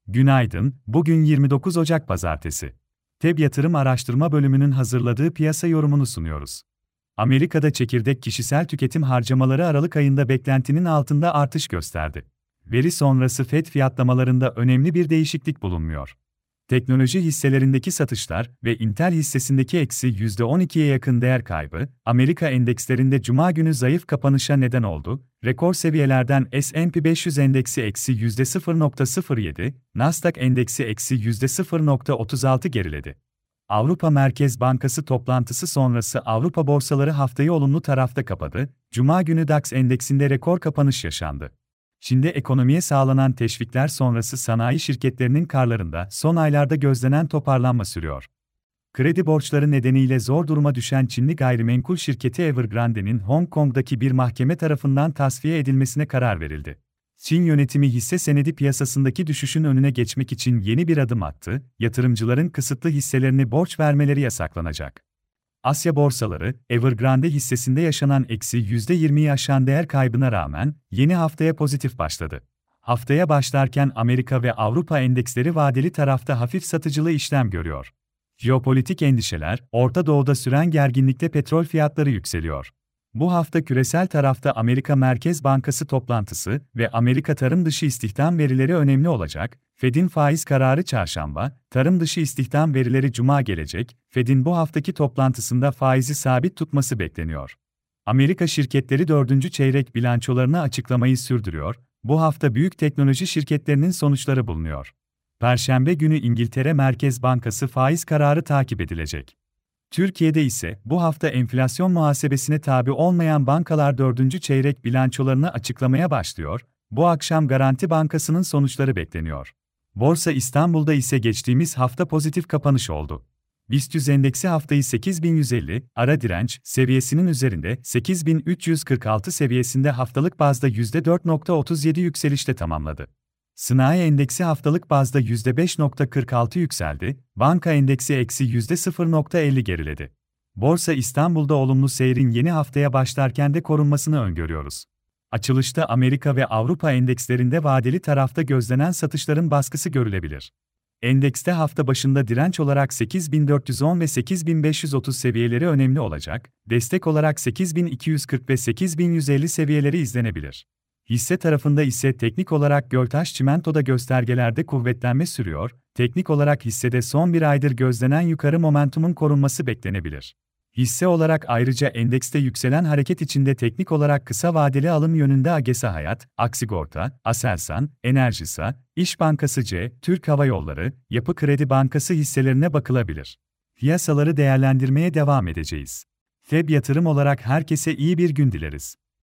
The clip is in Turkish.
Günaydın, bugün 29 Ocak Pazartesi. TEB Yatırım Araştırma Bölümünün hazırladığı piyasa yorumunu sunuyoruz. Amerika'da çekirdek kişisel tüketim harcamaları Aralık ayında beklentinin altında artış gösterdi. Veri sonrası FED fiyatlamalarında önemli bir değişiklik bulunmuyor. Teknoloji hisselerindeki satışlar ve Intel hissesindeki eksi %12'ye yakın değer kaybı, Amerika endekslerinde Cuma günü zayıf kapanışa neden oldu. Rekor seviyelerden S&P 500 endeksi eksi %0.07, Nasdaq endeksi eksi %0.36 geriledi. Avrupa Merkez Bankası toplantısı sonrası Avrupa borsaları haftayı olumlu tarafta kapadı. Cuma günü DAX endeksinde rekor kapanış yaşandı. Çin'de ekonomiye sağlanan teşvikler sonrası sanayi şirketlerinin karlarında son aylarda gözlenen toparlanma sürüyor. Kredi borçları nedeniyle zor duruma düşen Çinli gayrimenkul şirketi Evergrande'nin Hong Kong'daki bir mahkeme tarafından tasfiye edilmesine karar verildi. Çin yönetimi hisse senedi piyasasındaki düşüşün önüne geçmek için yeni bir adım attı, yatırımcıların kısıtlı hisselerini borç vermeleri yasaklanacak. Asya borsaları, Evergrande hissesinde yaşanan eksi %20'yi aşan değer kaybına rağmen, yeni haftaya pozitif başladı. Haftaya başlarken Amerika ve Avrupa endeksleri vadeli tarafta hafif satıcılı işlem görüyor. Jeopolitik endişeler, Orta Doğu'da süren gerginlikte petrol fiyatları yükseliyor. Bu hafta küresel tarafta Amerika Merkez Bankası toplantısı ve Amerika tarım dışı istihdam verileri önemli olacak. Fed'in faiz kararı çarşamba, tarım dışı istihdam verileri cuma gelecek. Fed'in bu haftaki toplantısında faizi sabit tutması bekleniyor. Amerika şirketleri 4. çeyrek bilançolarını açıklamayı sürdürüyor. Bu hafta büyük teknoloji şirketlerinin sonuçları bulunuyor. Perşembe günü İngiltere Merkez Bankası faiz kararı takip edilecek. Türkiye'de ise bu hafta enflasyon muhasebesine tabi olmayan bankalar 4. çeyrek bilançolarını açıklamaya başlıyor. Bu akşam Garanti Bankası'nın sonuçları bekleniyor. Borsa İstanbul'da ise geçtiğimiz hafta pozitif kapanış oldu. BIST 100 endeksi haftayı 8150 ara direnç seviyesinin üzerinde 8346 seviyesinde haftalık bazda %4.37 yükselişle tamamladı. Sanayi endeksi haftalık bazda %5.46 yükseldi, banka endeksi eksi %0.50 geriledi. Borsa İstanbul'da olumlu seyrin yeni haftaya başlarken de korunmasını öngörüyoruz. Açılışta Amerika ve Avrupa endekslerinde vadeli tarafta gözlenen satışların baskısı görülebilir. Endekste hafta başında direnç olarak 8410 ve 8530 seviyeleri önemli olacak, destek olarak 8240 ve 8150 seviyeleri izlenebilir. Hisse tarafında ise teknik olarak Göltaş Çimento'da göstergelerde kuvvetlenme sürüyor, teknik olarak hissede son bir aydır gözlenen yukarı momentumun korunması beklenebilir. Hisse olarak ayrıca endekste yükselen hareket içinde teknik olarak kısa vadeli alım yönünde AGESA Hayat, Aksigorta, Aselsan, Enerjisa, İş Bankası C, Türk Hava Yolları, Yapı Kredi Bankası hisselerine bakılabilir. Piyasaları değerlendirmeye devam edeceğiz. TEB Yatırım olarak herkese iyi bir gün dileriz.